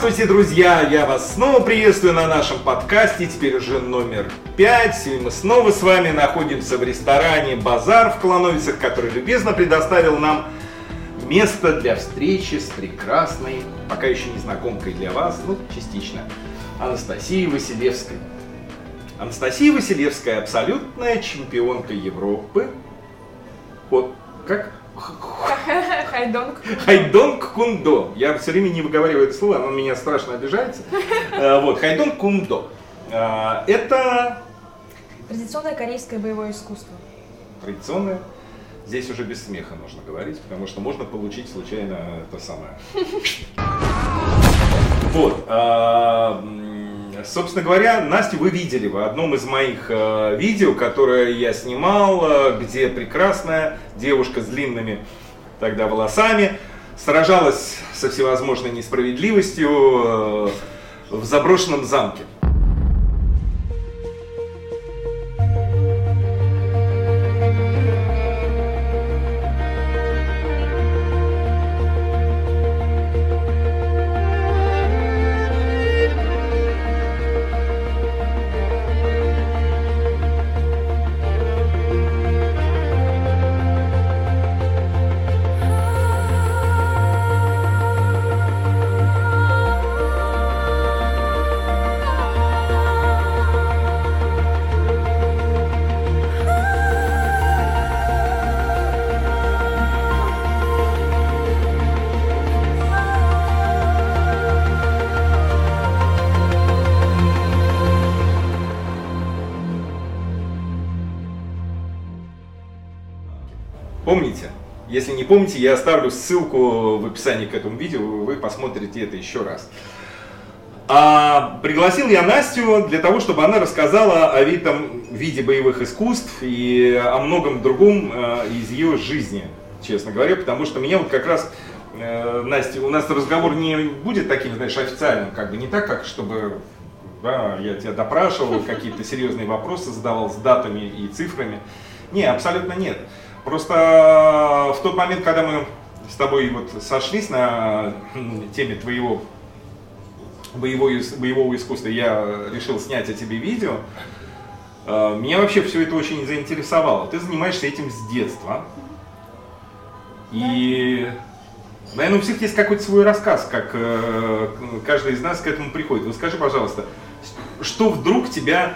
Здравствуйте, друзья! Я вас снова приветствую на нашем подкасте, теперь уже номер 5. И мы снова с вами находимся в ресторане «Базар» в Клановицах, который любезно предоставил нам место для встречи с прекрасной, пока еще незнакомкой для вас, частично, Анастасией Василевской. Анастасия Василевская – абсолютная чемпионка Европы. Вот, как? Хайдонг Кундо. Я все время не выговариваю это слово, оно меня страшно обижается. Вот, Хайдонг Кундо. Это... Традиционное корейское боевое искусство. Традиционное. Здесь уже без смеха нужно говорить, потому что можно получить случайно то самое. Вот. Собственно говоря, Настю вы видели в одном из моих видео, которое я снимал, где прекрасная девушка с длинными тогда волосами сражалась со всевозможной несправедливостью в заброшенном замке. Помните? Если не помните, я оставлю ссылку в описании к этому видео, вы посмотрите это еще раз. Пригласил я Настю для того, чтобы она рассказала о виде боевых искусств и о многом другом из ее жизни, честно говоря, потому что меня вот как раз, Настя, у нас разговор не будет таким, знаешь, официальным, как бы не так, как чтобы я тебя допрашивал, какие-то серьезные вопросы задавал с датами и цифрами. Не, абсолютно нет. Просто в тот момент, когда мы с тобой вот сошлись на теме твоего боевого искусства, я решил снять о тебе видео, меня вообще все это очень заинтересовало. Ты занимаешься этим с детства. И, наверное, у всех есть какой-то свой рассказ, как каждый из нас к этому приходит. Вот скажи, пожалуйста, что вдруг тебя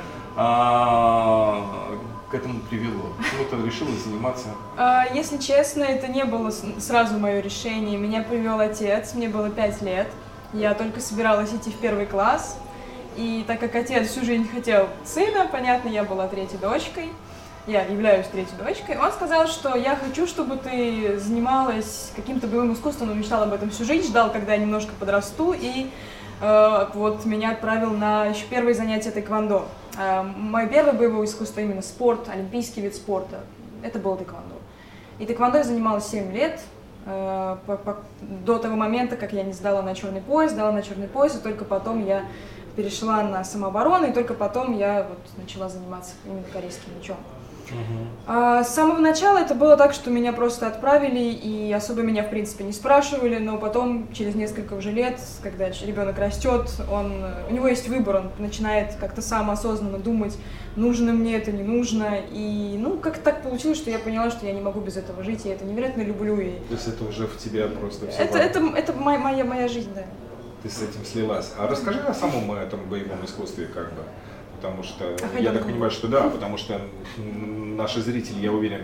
к этому привело? Почему ты решила заниматься? Если честно, это не было сразу мое решение. Меня привел отец, мне было 5 лет. Я только собиралась идти в 1 класс. И так как отец всю жизнь хотел сына, понятно, я была 3-й дочкой. Я являюсь 3-й дочкой. Он сказал, что я хочу, чтобы ты занималась каким-то боевым искусством. Он мечтал об этом всю жизнь, ждал, когда я немножко подрасту. И вот меня отправил на еще первые занятия тэквондо. Мое первое боевое искусство именно спорт, олимпийский вид спорта, это было тэквондо. И тэквондо я занималась 7 лет, до того момента, как я не сдала на черный пояс, и только потом я перешла на самооборону, и только потом я вот начала заниматься именно корейским мечом. С самого начала это было так, что меня просто отправили и особо меня в принципе не спрашивали, но потом через несколько уже лет, когда ребенок растет, у него есть выбор, он начинает как-то сам осознанно думать, нужно мне это, не нужно, и как-то так получилось, что я поняла, что я не могу без этого жить, я это невероятно люблю. То есть это уже в тебя просто все это моя жизнь, да. Ты с этим слилась. А расскажи о самом этом боевом искусстве, как бы. Потому что, я так понимаю, что да, потому что наши зрители, я уверен,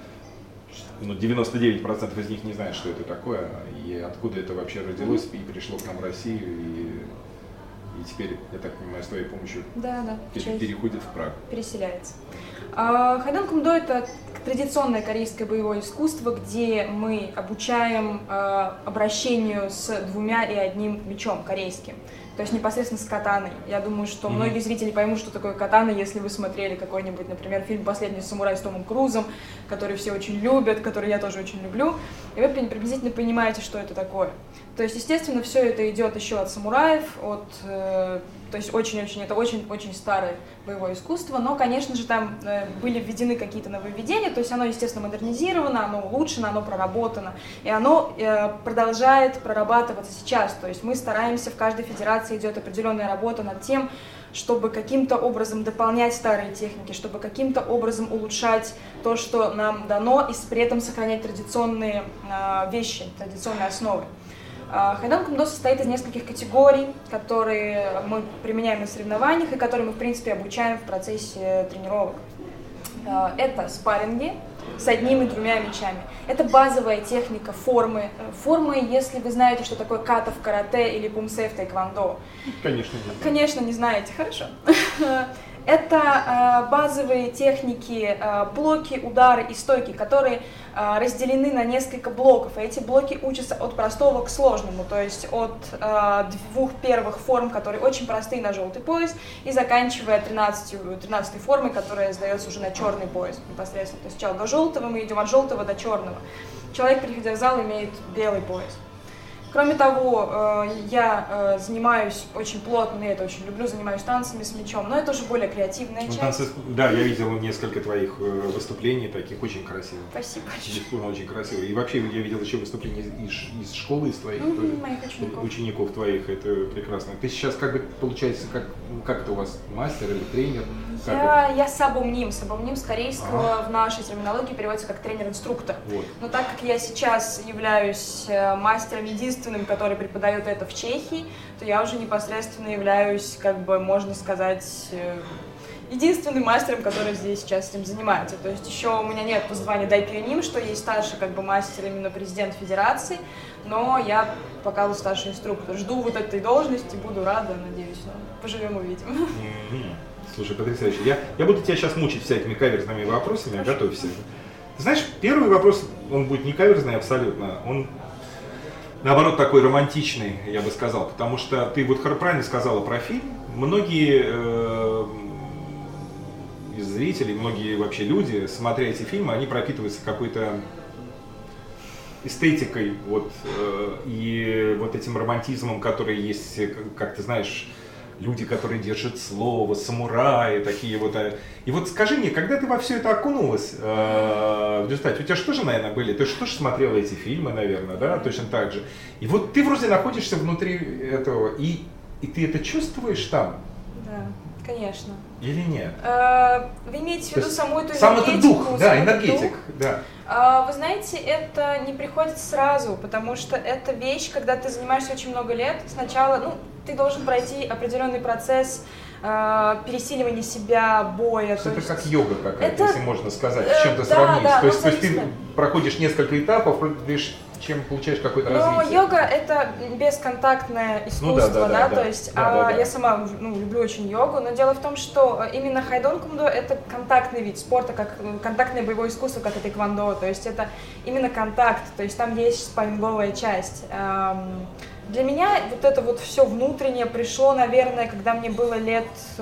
99% из них не знают, что это такое, и откуда это вообще родилось, и пришло к нам в Россию, и теперь, я так понимаю, с твоей помощью переходит в Прагу. Переселяется. Хайдонг Кундо – это традиционное корейское боевое искусство, где мы обучаем обращению с 2 и 1 мечом корейским. То есть непосредственно с катаной. Я думаю, что многие зрители поймут, что такое катана, если вы смотрели какой-нибудь, например, фильм «Последний самурай» с Томом Крузом, который все очень любят, который я тоже очень люблю, и вы приблизительно понимаете, что это такое. То есть, естественно, все это идет еще от самураев, от то есть это очень-очень старое боевое искусство, но, конечно же, там были введены какие-то нововведения, то есть оно, естественно, модернизировано, оно улучшено, оно проработано, и оно продолжает прорабатываться сейчас, то есть мы стараемся, в каждой федерации идет определенная работа над тем, чтобы каким-то образом дополнять старые техники, чтобы каким-то образом улучшать то, что нам дано, и при этом сохранять традиционные вещи, традиционные основы. Хайдан Кумдо состоит из нескольких категорий, которые мы применяем на соревнованиях и которые мы, в принципе, обучаем в процессе тренировок. Это спарринги с одним и двумя мячами. Это базовая техника формы. Формы, если вы знаете, что такое ката в карате или пумсе в тайквондо. Конечно, не знаю. Конечно, не знаете, хорошо. Это базовые техники, блоки, удары и стойки, которые разделены на несколько блоков. И эти блоки учатся от простого к сложному, то есть от двух первых форм, которые очень простые на желтый пояс, и заканчивая 13-й формой, которая сдается уже на черный пояс непосредственно. То есть сначала до желтого, мы идем от желтого до черного. Человек, приходя в зал, имеет белый пояс. Кроме того, я занимаюсь очень плотно, я это очень люблю, занимаюсь танцами с мячом, но это уже более креативная часть. Танцы, да, я видел несколько твоих выступлений, таких очень красивых. Спасибо. Действительно очень красивые. И вообще я видел еще выступления из школы, из твоих моих учеников твоих, это прекрасно. Ты сейчас как бы, получается, как это у вас, мастер или тренер? Я сабомним с корейского в нашей терминологии переводится как тренер-инструктор. Вот. Но так как я сейчас являюсь мастером единственным, который преподает это в Чехии, то я уже непосредственно являюсь, как бы можно сказать, единственным мастером, который здесь сейчас этим занимается. То есть еще у меня нет звания дайпионим, что есть старший как бы мастер, именно президент федерации, но я пока старший инструктор. Жду вот этой должности, буду рада, надеюсь, поживем увидим. Слушай, потрясающе. Я буду тебя сейчас мучить всякими каверзными вопросами, Хорошо. Готовься. Ты знаешь, первый вопрос, он будет не каверзный абсолютно, он наоборот такой романтичный, я бы сказал, потому что ты вот правильно сказала про фильм. Многие из зрителей, многие вообще люди, смотря эти фильмы, они пропитываются какой-то эстетикой, вот, и вот этим романтизмом, который есть, как ты знаешь, люди, которые держат слово, самураи, такие вот. И вот скажи мне, когда ты во все это окунулась в результате, у тебя что же, наверное, были? Ты что же смотрела эти фильмы, наверное, да, точно так же. И вот ты вроде находишься внутри этого, и ты это чувствуешь там? Да, конечно. Или нет? Вы имеете в виду саму эту энергетику? Сам этот дух, да, энергетик, да. Вы знаете, это не приходит сразу, потому что это вещь, когда ты занимаешься очень много лет, сначала, ты должен пройти определенный процесс пересиливания себя, боя. Это как йога какая-то, если можно сказать, с чем-то сравнить. Да, то есть ты проходишь несколько этапов, чем получаешь какое-то развитие. Но йога — это бесконтактное искусство, то есть я сама люблю очень йогу, но дело в том, что именно хайдан кумдо — это контактный вид спорта, как контактное боевое искусство, как и тэквондо, то есть это именно контакт, то есть там есть спарринговая часть. Для меня вот это вот все внутреннее пришло, наверное, когда мне было лет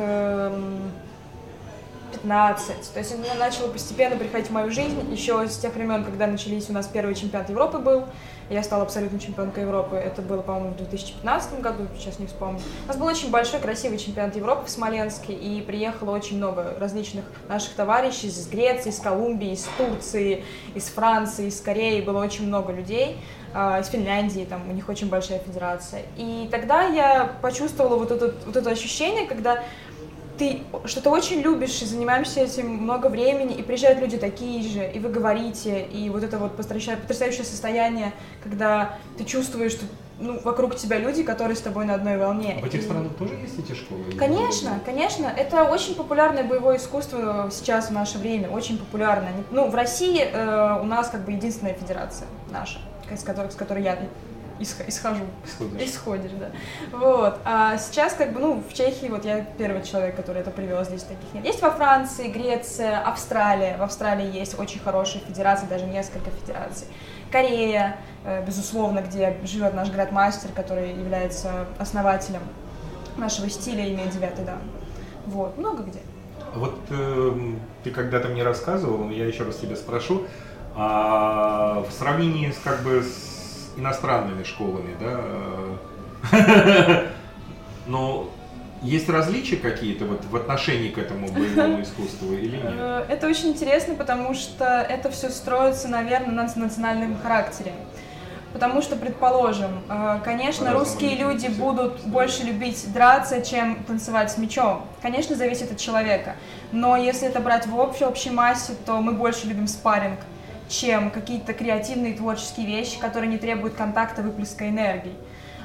15. То есть оно начало постепенно приходить в мою жизнь еще с тех времен, когда начались у нас первый чемпионат Европы был. Я стала абсолютной чемпионкой Европы. Это было, по-моему, в 2015 году, сейчас не вспомню. У нас был очень большой, красивый чемпионат Европы в Смоленске, и приехало очень много различных наших товарищей из Греции, из Колумбии, из Турции, из Франции, из Кореи. Было очень много людей. Из Финляндии, там у них очень большая федерация. И тогда я почувствовала вот это ощущение, когда ты что-то очень любишь, и занимаешься этим много времени, и приезжают люди такие же, и вы говорите, и вот это вот потрясающее состояние, когда ты чувствуешь, что вокруг тебя люди, которые с тобой на одной волне. В этих странах тоже есть эти школы? Конечно. Это очень популярное боевое искусство сейчас в наше время, очень популярное. В России у нас как бы единственная федерация наша, с которой я исходишь, да. Вот. А сейчас, как бы, в Чехии, вот я первый человек, который это привел, здесь таких нет. Есть во Франции, Греция, Австралия. В Австралии есть очень хорошие федерации, даже несколько федераций. Корея, безусловно, где живет наш градмастер, который является основателем нашего стиля, имеет 9 дан. Вот, много где. Вот ты когда-то мне рассказывал, я еще раз тебя спрошу, в сравнении с иностранными школами, да, но Есть различия какие-то вот в отношении к этому боевому искусству или нет? Это очень интересно, потому что это все строится, наверное, на национальном характере. Потому что, предположим, конечно, русские люди будут больше любить драться, чем танцевать с мячом. Конечно, зависит от человека. Но если это брать в общей массе, то мы больше любим спарринг, чем какие-то креативные творческие вещи, которые не требуют контакта, выплеска энергии.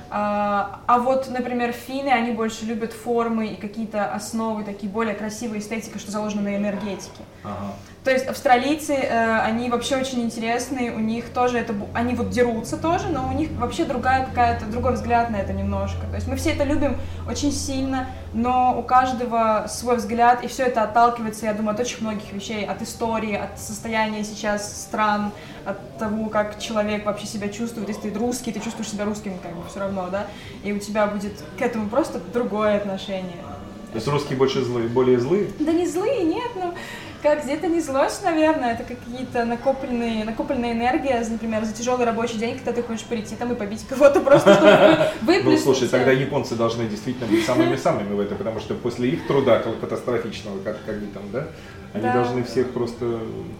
А вот, например, финны, они больше любят формы и какие-то основы, такие более красивые эстетики, что заложено на энергетике. Ага. То есть австралийцы, они вообще очень интересные, у них тоже это, они вот дерутся тоже, но у них вообще другой взгляд на это немножко. То есть мы все это любим очень сильно, но у каждого свой взгляд, и все это отталкивается, я думаю, от очень многих вещей, от истории, от состояния сейчас стран, от того, как человек вообще себя чувствует. Если ты русский, ты чувствуешь себя русским, как бы все равно, да, и у тебя будет к этому просто другое отношение. То есть русские больше злые, более злые? Да не злые, нет, ну... Как где-то не злость, наверное, это какие-то накопленная энергия, например, за тяжелый рабочий день, когда ты хочешь прийти там и побить кого-то просто, чтобы выплеснуть. Ну, слушай, тогда японцы должны действительно быть самыми-самыми в этом, потому что после их труда катастрофичного, как они там, да, они должны всех просто...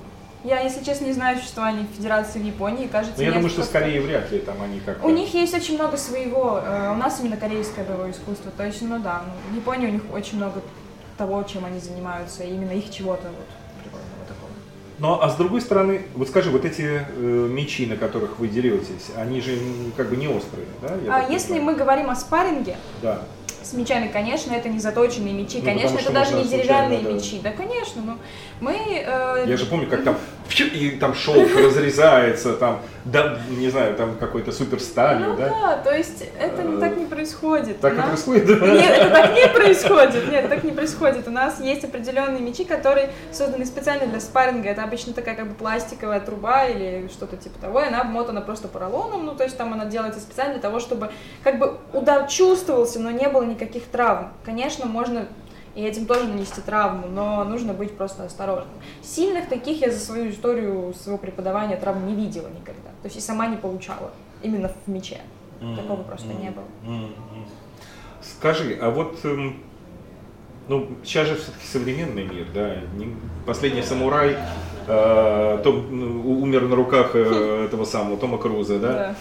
Я, если честно, не знаю существования федерации в Японии, кажется, но я думаю, что скорее вряд ли там они как-то... У них есть очень много своего, у нас именно корейское боевое искусство, то есть, ну да, в Японии у них очень много того, чем они занимаются, и именно их чего-то вот прикольного такого. Ну, а с другой стороны, вот скажи, вот эти мечи, на которых вы деретесь, они же как бы не острые, да? Если мы говорим о спарринге, да. С мечами, конечно, это не заточенные мечи, ну, конечно, это даже не деревянные мечи, да, конечно, но мы... Я же помню, как там, и там шелк разрезается, там, да, не знаю, там какой-то суперсталью, да? Да, то есть это так не происходит. Так и происходит? Нет, это так не происходит, нет, так не происходит. У нас есть определенные мечи, которые созданы специально для спарринга, это обычно такая как бы пластиковая труба или что-то типа того, и она обмотана просто поролоном, ну, то есть там она делается специально для того, чтобы как бы удар чувствовался, но не было никаких травм. Конечно, можно и этим тоже нанести травму, но нужно быть просто осторожным. Сильных таких я за свою историю своего преподавания травм не видела никогда. То есть и сама не получала, именно в мече. Такого просто не было. Скажи, а вот, ну, сейчас же все-таки современный мир, да? Последний самурай умер на руках этого самого Тома Круза, да?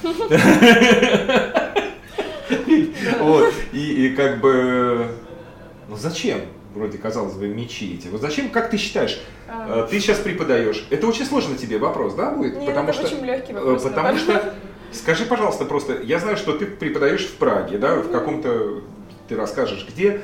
Вот, и как бы, ну зачем, вроде, казалось бы, мечи эти? Вот зачем, как ты считаешь, ты сейчас преподаешь, это очень сложно тебе вопрос, да, будет? Нет, потому это очень легкий вопрос. Потому что, скажи, пожалуйста, просто, я знаю, что ты преподаешь в Праге, да, в каком-то, ты расскажешь где,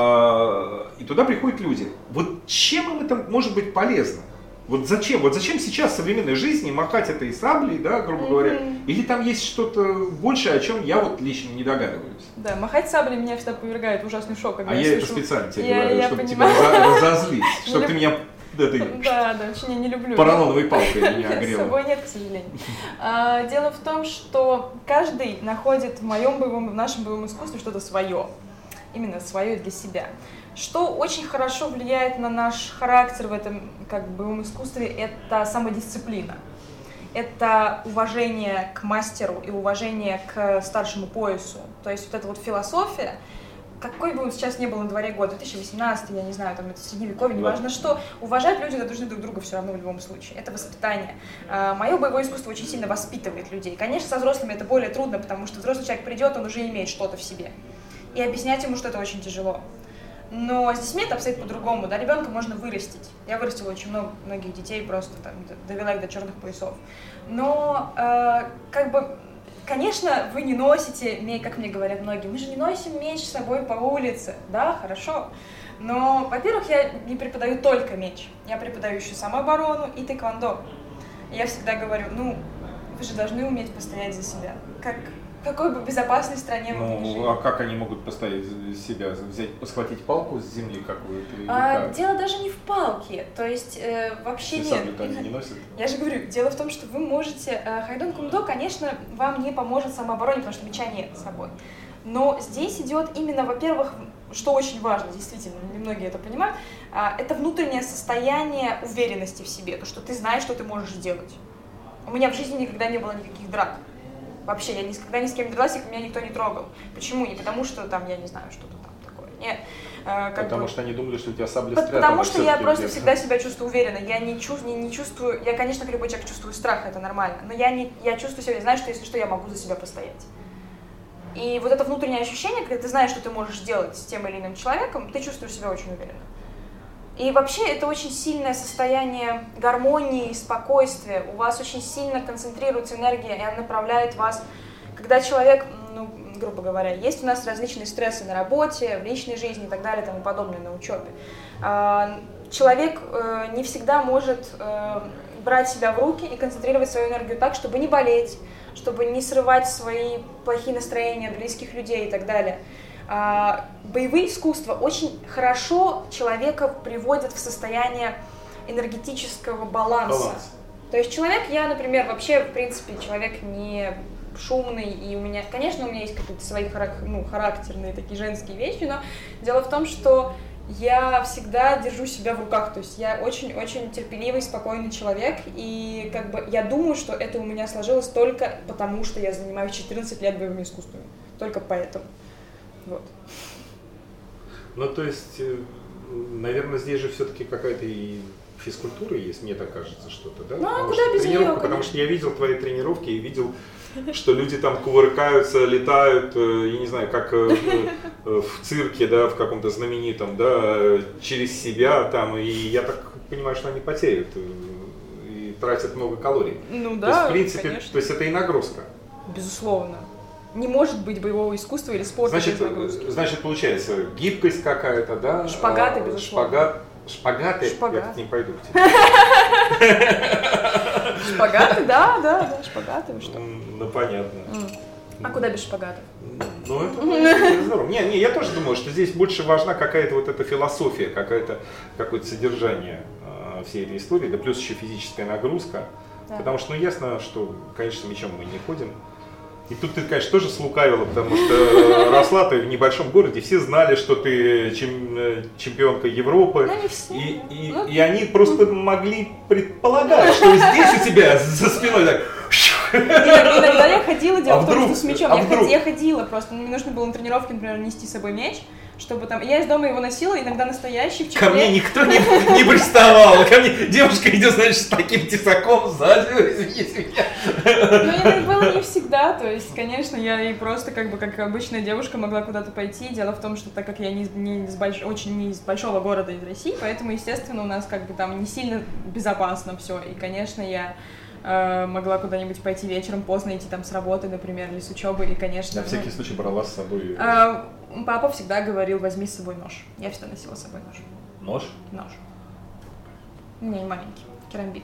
и туда приходят люди. Вот чем им это может быть полезно? Вот зачем сейчас в современной жизни махать этой саблей, да, грубо говоря, или там есть что-то большее, о чем я вот лично не догадываюсь? Да, махать саблей меня всегда повергает в ужасный шок. А я это специально тебе говорю, чтобы тебя разозлить, чтобы ты меня да, очень я не люблю. поролоновой палкой меня огрела. С собой нет, к сожалению. Дело в том, что каждый находит в нашем боевом искусстве что-то свое, именно свое для себя. Что очень хорошо влияет на наш характер в этом как бы боевом искусстве, это самодисциплина. Это уважение к мастеру и уважение к старшему поясу. То есть вот эта вот философия, какой бы он сейчас ни был на дворе год, 2018, я не знаю, там это средневековье, неважно что, уважать люди должны друг друга все равно в любом случае. Это воспитание. Мое боевое искусство очень сильно воспитывает людей. Конечно, со взрослыми это более трудно, потому что взрослый человек придет, он уже имеет что-то в себе. И объяснять ему, что это очень тяжело. Но с детьми это обстоит по-другому, да, ребенка можно вырастить. Я вырастила очень многих детей, просто там довела их до черных поясов. Но, как бы, конечно, вы не носите, как мне говорят многие, мы же не носим меч с собой по улице, да, хорошо. Но, во-первых, я не преподаю только меч, я преподаю еще самооборону и тэквондо. И я всегда говорю, ну, вы же должны уметь постоять за себя, в какой бы безопасной стране вы ни жили. Ну, а как они могут постоять за себя? Схватить палку с земли какую-то? Дело даже не в палке, то есть вообще нет. Саблю-то они не носят? Я же говорю, дело в том, что вы можете... Хайдон Кундо, конечно, вам не поможет в самообороне, потому что меча нет с собой. Но здесь идет именно, во-первых, что очень важно, действительно, немногие это понимают, это внутреннее состояние уверенности в себе, то, что ты знаешь, что ты можешь сделать. У меня в жизни никогда не было никаких драк. Вообще, я никогда ни с кем не дралась, их меня никто не трогал. Почему? Не потому что там, я не знаю, что-то там такое. Нет. Потому что они думали, что у тебя сабля спрятана. Потому что я просто всегда себя чувствую уверенно. Я не чувствую, я, конечно, как любой человек чувствую страх, это нормально, но я чувствую себя, знаю, что если что, я могу за себя постоять. И вот это внутреннее ощущение, когда ты знаешь, что ты можешь сделать с тем или иным человеком, ты чувствуешь себя очень уверенно. И вообще это очень сильное состояние гармонии, спокойствия. У вас очень сильно концентрируется энергия, и она направляет вас. Когда человек, ну, грубо говоря, есть у нас различные стрессы на работе, в личной жизни и так далее, и тому подобное, на учебе. Человек не всегда может брать себя в руки и концентрировать свою энергию так, чтобы не болеть, чтобы не срывать свои плохие настроения близких людей и так далее. Боевые искусства очень хорошо человека приводят в состояние энергетического баланса. То есть человек, я, например, вообще, в принципе, человек не шумный, и у меня, конечно, у меня есть какие-то свои характерные такие женские вещи, но дело в том, что я всегда держу себя в руках, то есть я очень-очень терпеливый, спокойный человек, и как бы я думаю, что это у меня сложилось только потому, что я занимаюсь 14 лет боевыми искусствами, только поэтому. Вот. Ну, то есть, наверное, здесь же все-таки какая-то и физкультура есть, мне так кажется, что-то, да? Ну, а куда без нее, потому что я видел твои тренировки и видел, что люди там кувыркаются, летают, я не знаю, как в цирке, да, в каком-то знаменитом, да, через себя там, и я так понимаю, что они потеют и тратят много калорий. Ну да, то есть, в принципе, конечно. то есть это и нагрузка. Безусловно. Не может быть боевого искусства или спорта без нагрузки. Значит, получается, гибкость какая-то, да? Шпагаты, безусловно. Шпагаты? Шпагат. Я тут не пойду к тебе. Шпагаты, да, шпагаты, вы что? Ну, понятно. А куда без шпагатов? Ну, это здорово. Не, я тоже думаю, что здесь больше важна какая-то вот эта философия, какое-то содержание всей этой истории, да плюс еще физическая нагрузка. Да. Потому что, ну, ясно, что, конечно, мечом мы не ходим. И тут ты, конечно, тоже слукавила, потому что росла ты в небольшом городе, все знали, что ты чемпионка Европы, ну, не все. И они просто могли предполагать, что здесь у тебя за спиной так... Иногда я ходила, дело в том, что с мячом, я ходила просто, мне нужно было на тренировке, например, нести с собой мяч, чтобы там, я из дома его носила, иногда настоящий, в чехле. Ко мне никто не приставал, ко мне девушка идет, значит, с таким тесаком сзади, извините меня. Ну, это было не всегда, то есть, конечно, я и просто, как бы, как обычная девушка могла куда-то пойти, дело в том, что так как я не из большого города, из России, поэтому, естественно, у нас, как бы, там не сильно безопасно все, и, конечно, я могла куда-нибудь пойти вечером поздно, идти там с работы, например, или с учебы, и, конечно... На всякий случай брала с собой... Папа всегда говорил, возьми с собой нож. Я всегда носила с собой нож. Нож? Нож. У меня не маленький, керамбит.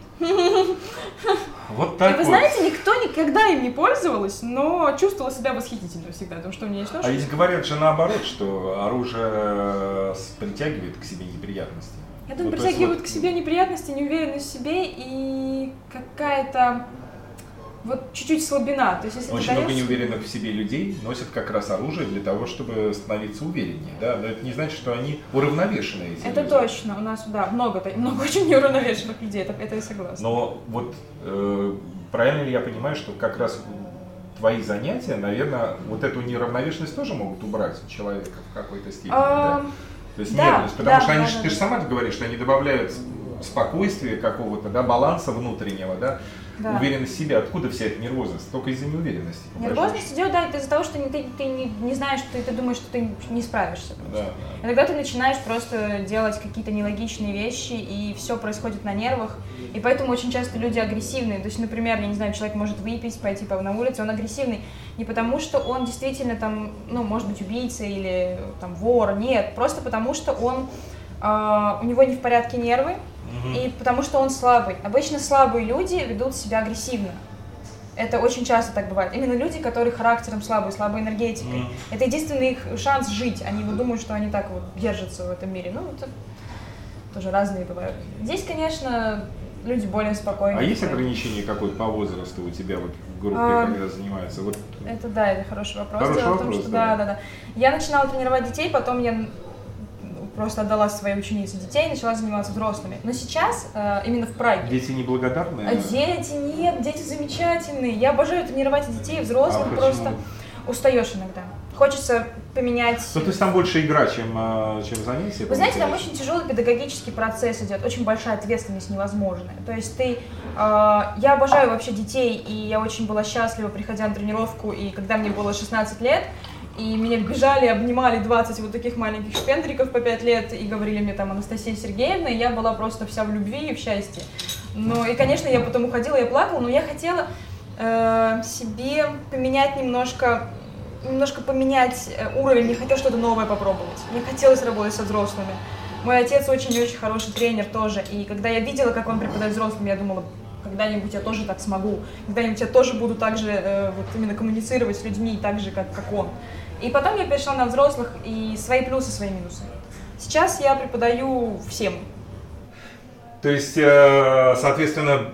Вот так. И вы знаете, никто никогда им не пользовалась, но чувствовала себя восхитительно всегда, потому что у меня есть нож. А ведь говорят же наоборот, что оружие притягивает к себе неприятности. Я думаю, притягивают к себе неприятности, неуверенность в себе и какая-то вот чуть-чуть слабина. То есть, если очень много неуверенных в себе людей носят как раз оружие для того, чтобы становиться увереннее. Да? Но это не значит, что они уравновешены. Эти это люди. Точно. У нас, да, много очень неуравновешенных людей, это я согласна. Но вот правильно ли я понимаю, что как раз твои занятия, наверное, вот эту неуравновешенность тоже могут убрать у человека в какой-то степени, да? То есть нервность, потому что ты же сама говоришь, что они добавляют спокойствия какого-то, да, баланса внутреннего, да, уверенность в себе. Откуда вся эта нервозность? Только из-за неуверенности. Нервозность идет, да, из-за того, что ты не знаешь, что ты думаешь, что ты не справишься. Да. И тогда ты начинаешь просто делать какие-то нелогичные вещи, и все происходит на нервах. И поэтому очень часто люди агрессивные. То есть, например, я не знаю, человек может выпить, пойти на улицу, он агрессивный. Не потому, что он действительно там, ну, может быть, убийца или там вор, нет. Просто потому, что он, у него не в порядке нервы, и потому что он слабый. Обычно слабые люди ведут себя агрессивно. Это очень часто так бывает. Именно люди, которые характером слабые, слабой энергетикой. Это единственный их шанс жить. Они вот думают, что они так вот держатся в этом мире. Ну, это тоже разные бывают. Здесь, конечно, люди более спокойные. А есть ограничение какое-то по возрасту у тебя вот в группе, когда занимаются? Вот... Это да, это хороший вопрос. Хороший Дело вопрос, в том, что да. Я начинала тренировать детей, потом я просто отдала своей ученице детей и начала заниматься взрослыми. Но сейчас, именно в Праге... Дети неблагодарные? Дети нет, дети замечательные. Я обожаю тренировать детей и взрослых, просто устаешь иногда. хочется поменять... Ну, то есть там больше игра, чем занятие? Вы знаете, там очень тяжелый педагогический процесс идет, очень большая ответственность невозможная. То есть я обожаю вообще детей, и я очень была счастлива, приходя на тренировку, и когда мне было 16 лет, и меня бежали, обнимали 20 вот таких маленьких шпендриков по 5 лет, и говорили мне там Анастасия Сергеевна, и я была просто вся в любви и в счастье. Ну, и, конечно, я потом уходила, я плакала, но я хотела себе поменять немножко поменять уровень, не хотела что-то новое попробовать. Мне хотелось работать со взрослыми. Мой отец очень-очень хороший тренер тоже, и когда я видела, как он преподает взрослым, я думала, когда-нибудь я тоже так смогу, когда-нибудь я тоже буду так же вот именно коммуницировать с людьми так же, как он. И потом я перешла на взрослых, и свои плюсы, свои минусы. Сейчас я преподаю всем. То есть, соответственно,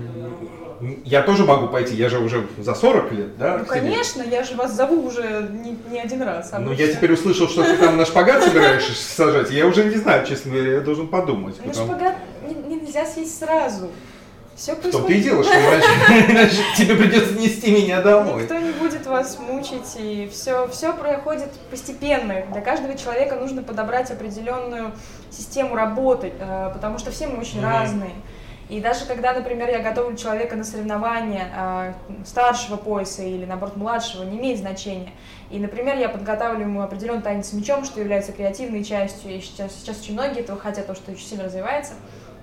я тоже могу пойти, я же уже за 40 лет, да? Ну, конечно, я же вас зову уже не один раз. Ну, я теперь услышал, что ты там на шпагат собираешься сажать, я уже не знаю, честно говоря, я должен подумать. На шпагат нельзя съесть сразу. Все происходит. Что ты и делаешь, иначе тебе придется нести меня домой. Никто не будет вас мучить, и все проходит постепенно. Для каждого человека нужно подобрать определенную систему работы, потому что все мы очень разные. И даже когда, например, я готовлю человека на соревнования старшего пояса или, наоборот, младшего, не имеет значения. И, например, я подготавливаю ему определенный танец с мячом, что является креативной частью, и сейчас очень многие этого хотят, потому что очень сильно развивается.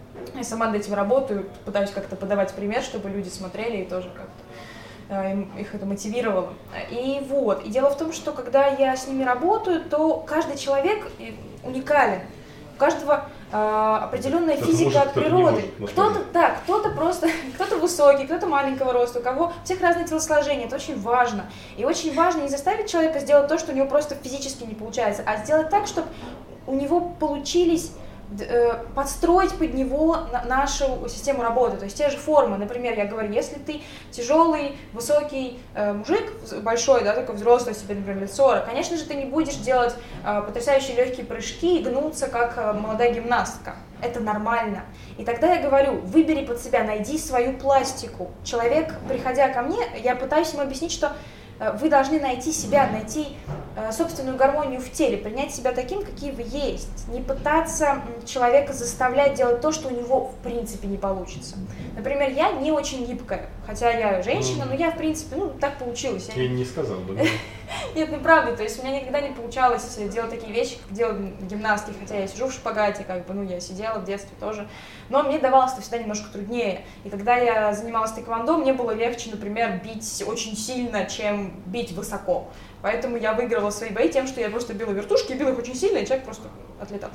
Я сама над этим работаю, пытаюсь как-то подавать пример, чтобы люди смотрели и тоже как-то их это мотивировало. И вот. И дело в том, что когда я с ними работаю, то каждый человек уникален. У каждого определенная физика от природы. Кто-то просто, кто-то высокий, кто-то маленького роста, у кого у всех разное телосложение, это очень важно. И очень важно не заставить человека сделать то, что у него просто физически не получается, а сделать так, чтобы у него получились, подстроить под него нашу систему работы, то есть те же формы. Например, я говорю, если ты тяжелый, высокий мужик, большой, да, такой взрослый, себе, например, лет 40, конечно же, ты не будешь делать потрясающие легкие прыжки и гнуться, как молодая гимнастка. Это нормально. И тогда я говорю, выбери под себя, найди свою пластику. Человек, приходя ко мне, я пытаюсь ему объяснить, что вы должны найти себя, найти собственную гармонию в теле, принять себя таким, какие вы есть. Не пытаться человека заставлять делать то, что у него в принципе не получится. Например, я не очень гибкая, хотя я женщина, но я в принципе, так получилось. Я не сказал бы. Нет, неправда, то есть у меня никогда не получалось делать такие вещи, как делать гимнастки, хотя я сижу в шпагате, я сидела в детстве тоже, но мне давалось это всегда немножко труднее. И когда я занималась тэквондо, мне было легче, например, бить очень сильно, чем бить высоко. Поэтому я выигрывала свои бои тем, что я просто била вертушки, била их очень сильно, и человек просто отлетал.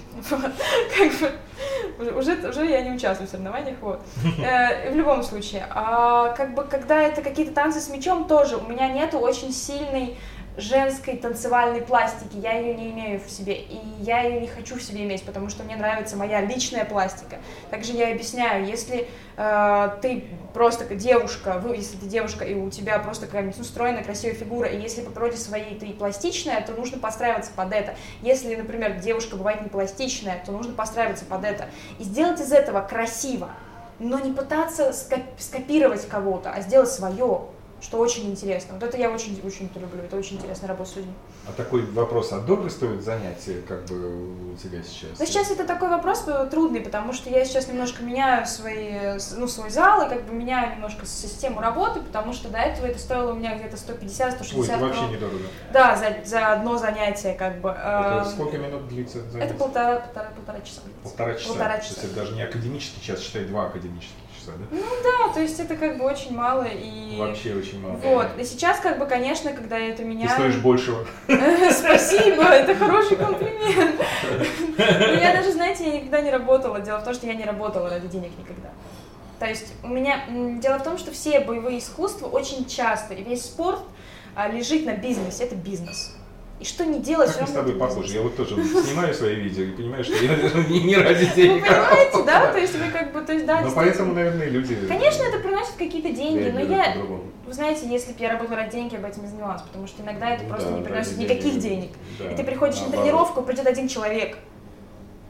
Уже я не участвую в соревнованиях, вот. В любом случае. Когда это какие-то танцы с мячом, тоже у меня нету очень сильной женской танцевальной пластики, я ее не имею в себе, и я ее не хочу в себе иметь, потому что мне нравится моя личная пластика. Также я объясняю, если ты просто девушка, если ты девушка, и у тебя просто какая-нибудь стройная, красивая фигура, и если по природе своей ты пластичная, то нужно подстраиваться под это. Если, например, девушка бывает не пластичная, то нужно подстраиваться под это. И сделать из этого красиво, но не пытаться скопировать кого-то, а сделать свое. Что очень интересно. Вот это я очень-очень люблю. Это очень интересная работа с людьми. А такой вопрос, а дорого стоит занятие у тебя сейчас? Ну, сейчас это такой вопрос трудный, потому что я сейчас немножко меняю свой зал и меняю немножко систему работы, потому что до этого это стоило у меня где-то 150-160. Ой, это вообще недорого. Да, за одно занятие Это сколько минут длится занятие? Это полтора часа. Полтора часа. Это даже не академический час, считай 2 академических. Да? Ну да, то есть это очень мало и... Вообще очень мало. Вот, и сейчас конечно, когда я это меняю... Ты стоишь большего. Спасибо, это хороший комплимент. Но я даже, знаете, я никогда не работала. Дело в том, что я не работала ради денег никогда. То есть дело в том, что все боевые искусства очень часто, и весь спорт лежит на бизнесе, это бизнес. И что не делать, как мы с тобой похожи? Я тоже снимаю свои видео и понимаю, что я не ради денег. Вы понимаете, да? То есть вы да. Ну поэтому, наверное, люди... Конечно, это приносит какие-то деньги, но вы знаете, если бы я работала ради денег, я бы этим не занималась, потому что иногда это просто не приносит никаких денег. И ты приходишь на тренировку, придет один человек,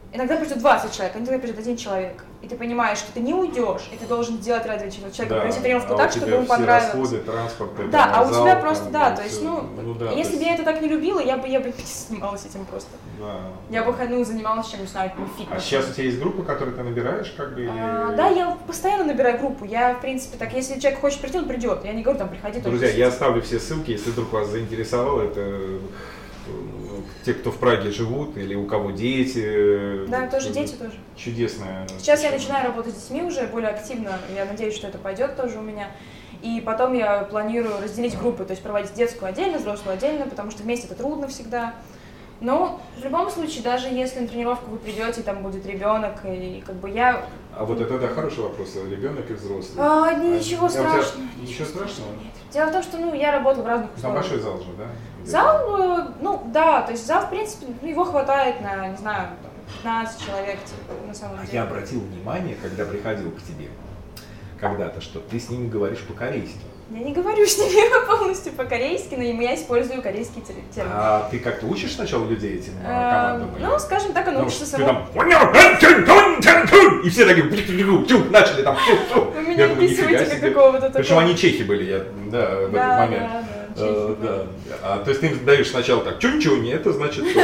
Иногда придет 20 человек, иногда придет 1 человек. И ты понимаешь, что ты не уйдешь, и ты должен сделать ради этого человека, провести тренировку так, чтобы ему понравилось. Расходы, транспорт, да, а у зал, тебя просто, там, да, то есть, да, если бы я это так не любила, я бы не занималась этим просто. Да. Я бы занималась чем-нибудь, фитнесом. А сейчас у тебя есть группа, которую ты набираешь, как бы? Да, я постоянно набираю группу. Я, в принципе, так, если человек хочет прийти, он придет. Я не говорю, там, приходи. Друзья, я оставлю все ссылки, если вдруг вас заинтересовало, это те, кто в Праге живут, или у кого дети. Да, тоже дети тоже. Чудесная. Сейчас я начинаю работать с детьми уже более активно. Я надеюсь, что это пойдет тоже у меня. И потом я планирую разделить группы, то есть проводить детскую отдельно, взрослую отдельно, потому что вместе это трудно всегда. Но в любом случае, даже если на тренировку вы придете, там будет ребенок, и как бы я... А вот это, да, хороший вопрос, ребенок и взрослый. Ничего страшного. Ничего страшного? Нет. Дело в том, что я работаю в разных условиях. Там большой зал же, да? Зал, да, то есть зал, в принципе, его хватает на, не знаю, 15 человек, типа, на самом деле. Я обратил внимание, когда приходил к тебе когда-то, что ты с ними говоришь по-корейски. Я не говорю с ними полностью по-корейски, но я использую корейские термины. А ты как-то учишь сначала людей этим командам? Скажем так, оно учится само. И все такие начали там. Вы меня описываете как какого-то такого. Причем они чехи были, в этот момент. Да. То есть ты им даешь сначала так, чунь-чунь, это значит что?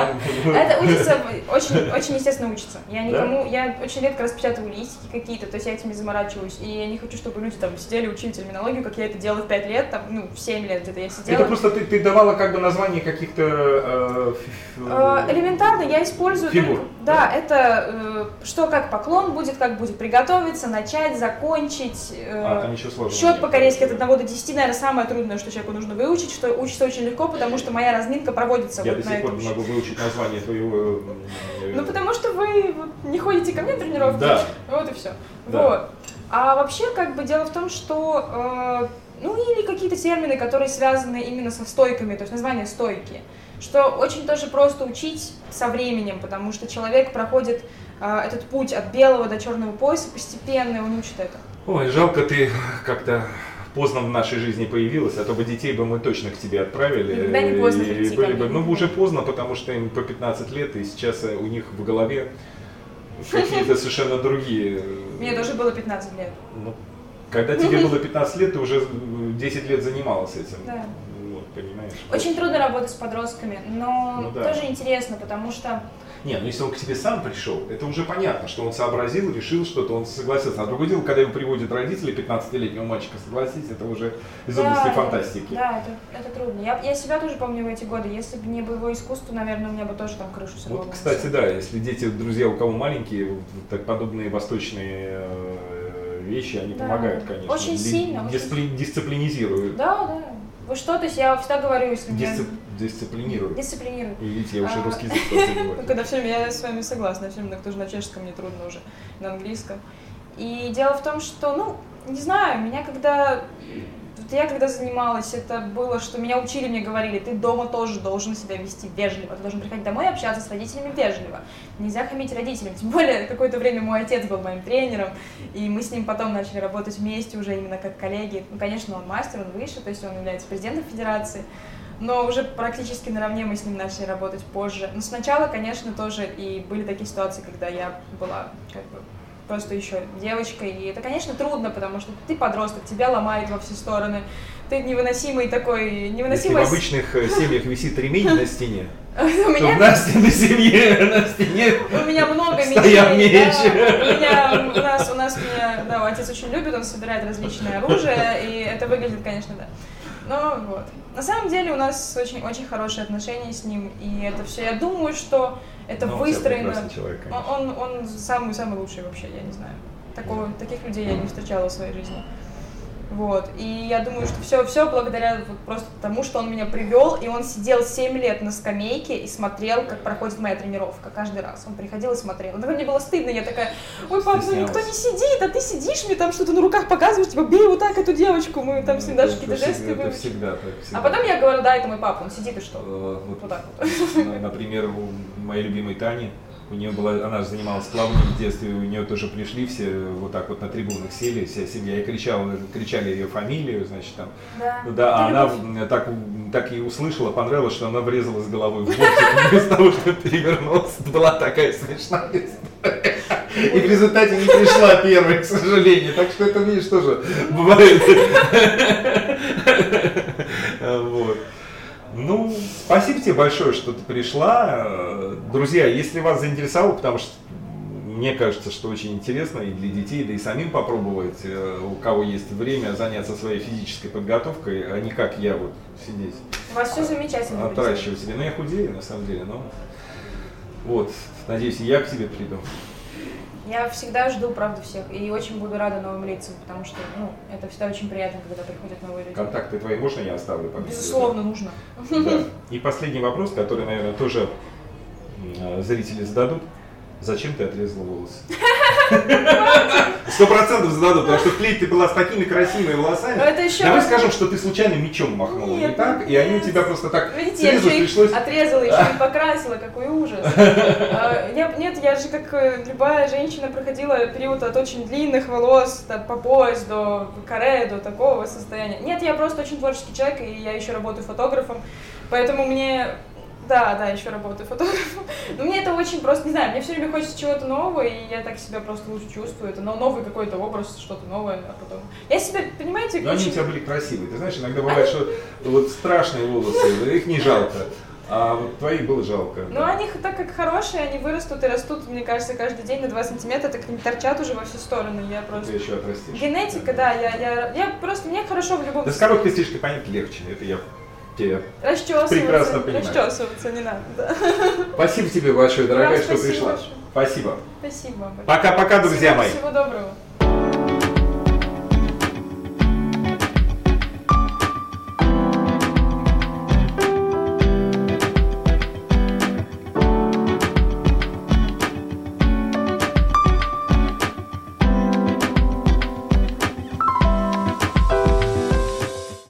Это учится, очень естественно учится. Я очень редко распечатываю листики какие-то, то есть я этим не заморачиваюсь. И я не хочу, чтобы люди там сидели, учили терминологию, как я это делала в 5 лет, в 7 лет где-то я сидела. Это просто ты давала как бы название каких-то... Элементарно я использую... Фигур. Да, это что как поклон будет, как будет приготовиться, начать, закончить. Там ничего сложного. Счет по-корейски от 1 до 10, наверное, самое трудное, что человеку нужно выучить, что учится очень легко, потому что моя разминка проводится я вот до на сих пор этом. не могу выучить название твоего... потому что вы не ходите ко мне на тренировки. Да. Вот и все. Да. Вот. А вообще, как бы, дело в том, что... или какие-то термины, которые связаны именно со стойками, то есть название стойки. Что очень тоже просто учить со временем, потому что человек проходит этот путь от белого до черного пояса постепенно, и он учит это. Ой, жалко, ты как-то поздно в нашей жизни появилась, а то бы детей бы мы точно к тебе отправили. Никогда не поздно прийти ко мне. Уже поздно, потому что им по 15 лет, и сейчас у них в голове какие-то совершенно другие. Мне тоже было 15 лет. Когда тебе было 15 лет, ты уже 10 лет занималась этим. Да. Понимаешь? Очень трудно работать с подростками, но тоже интересно, потому что... Нет, если он к тебе сам пришел, это уже понятно, что он сообразил, решил что-то, он согласился. А другое дело, когда его приводят родители 15-летнего мальчика, согласись, это уже из области фантастики. Да, это трудно. Я себя тоже помню в эти годы. Если бы не боевое искусство, наверное, у меня бы тоже там крышу сорвало. Вот, кстати, да, если дети, друзья, у кого маленькие, так подобные восточные вещи, они помогают, конечно. Очень сильно. Дисциплинизируют. Да. Вы что, то есть я всегда говорю, если Дисциплинируют. Дисциплинируют. И видите, я уже русский язык тоже говорю. Когда я с вами согласна, все равно тоже на чешском мне трудно уже, на английском. И дело в том, что, не знаю, я когда занималась, это было, что меня учили, мне говорили, ты дома тоже должен себя вести вежливо, ты должен приходить домой и общаться с родителями вежливо. Нельзя хамить родителям, тем более какое-то время мой отец был моим тренером, и мы с ним потом начали работать вместе уже именно как коллеги. Конечно, он мастер, он выше, то есть он является президентом федерации, но уже практически наравне мы с ним начали работать позже. Но сначала, конечно, тоже и были такие ситуации, когда я была просто еще девочкой, и это, конечно, трудно, потому что ты подросток, тебя ломает во все стороны, ты невыносимый такой, Если в обычных семьях висит ремень на стене, то в Настиной семье на стене у меня много стоял меч. У нас отец очень любит, он собирает различное оружие, и это выглядит, конечно, да. Но вот. На самом деле у нас очень, очень хорошие отношения с ним, и это все, я думаю, что это выстроено. Человек, он самый лучший вообще, я не знаю. Таких людей я не встречала в своей жизни. Вот. И я думаю, что все благодаря просто тому, что он меня привел, и он сидел 7 лет на скамейке и смотрел, как проходит моя тренировка каждый раз. Он приходил и смотрел. Мне было стыдно, я такая, ой, пап, никто не сидит, а ты сидишь, мне там что-то на руках показываешь, типа, бей вот так эту девочку, мы там с ним даже какие-то жесты это всегда так. А потом я говорю, да, это мой папа, он сидит и что? Вот так вот. Например, у моей любимой Тани, У нее была, она же занималась плаванием в детстве, у нее тоже пришли все вот так вот на трибунах сели, вся семья, и кричали ее фамилию, значит, там. Да, а она так и услышала, понравилось, что она врезалась головой в бортик, вместо того, чтобы перевернулась. Это была такая смешная история. И в результате не пришла первой, к сожалению. Так что это, видишь, тоже бывает. Вот. Ну, спасибо тебе большое, что ты пришла. Друзья, если вас заинтересовало, потому что мне кажется, что очень интересно и для детей, да и самим попробовать, у кого есть время, заняться своей физической подготовкой, а не как я вот сидеть. У вас все замечательно. Отращивать себе. Ну, я худею, на самом деле, но вот, надеюсь, и я к тебе приду. Я всегда жду, правда, всех, и очень буду рада новым лицам, потому что, это всегда очень приятно, когда приходят новые люди. Контакты твои можно я оставлю? Безусловно, нужно. Да. И последний вопрос, который, наверное, тоже зрители зададут. Зачем ты отрезала волосы? 100% зададут, потому что вклеить ты была с такими красивыми волосами. Давай скажем, что ты случайно мечом махнула, не так? И они у тебя просто так видите, я еще и отрезала, еще и покрасила, какой ужас. Нет, я же, как любая женщина, проходила период от очень длинных волос, по пояс до каре, до такого состояния. Нет, я просто очень творческий человек, и я еще работаю фотографом, поэтому мне... Да, еще работаю фотографом. Но мне это очень просто, не знаю, мне все время хочется чего-то нового, и я так себя просто лучше чувствую. Это новый какой-то образ, что-то новое, а потом... Я себя, понимаете... Но они у тебя были красивые. Ты знаешь, иногда бывает, что вот страшные волосы, их не жалко. А вот твои было жалко. Ну, они так как хорошие, они вырастут и растут, мне кажется, каждый день на 2 сантиметра, так они торчат уже во все стороны. Я просто... Ты еще отрастишь. Генетика, да, я просто, мне хорошо в любом... Да с короткой стрижкой, понятно, легче. Это я Расчесываться не надо, да. Спасибо тебе большое, дорогая, что пришла. Спасибо. Спасибо. Пока-пока, друзья мои. Всего доброго.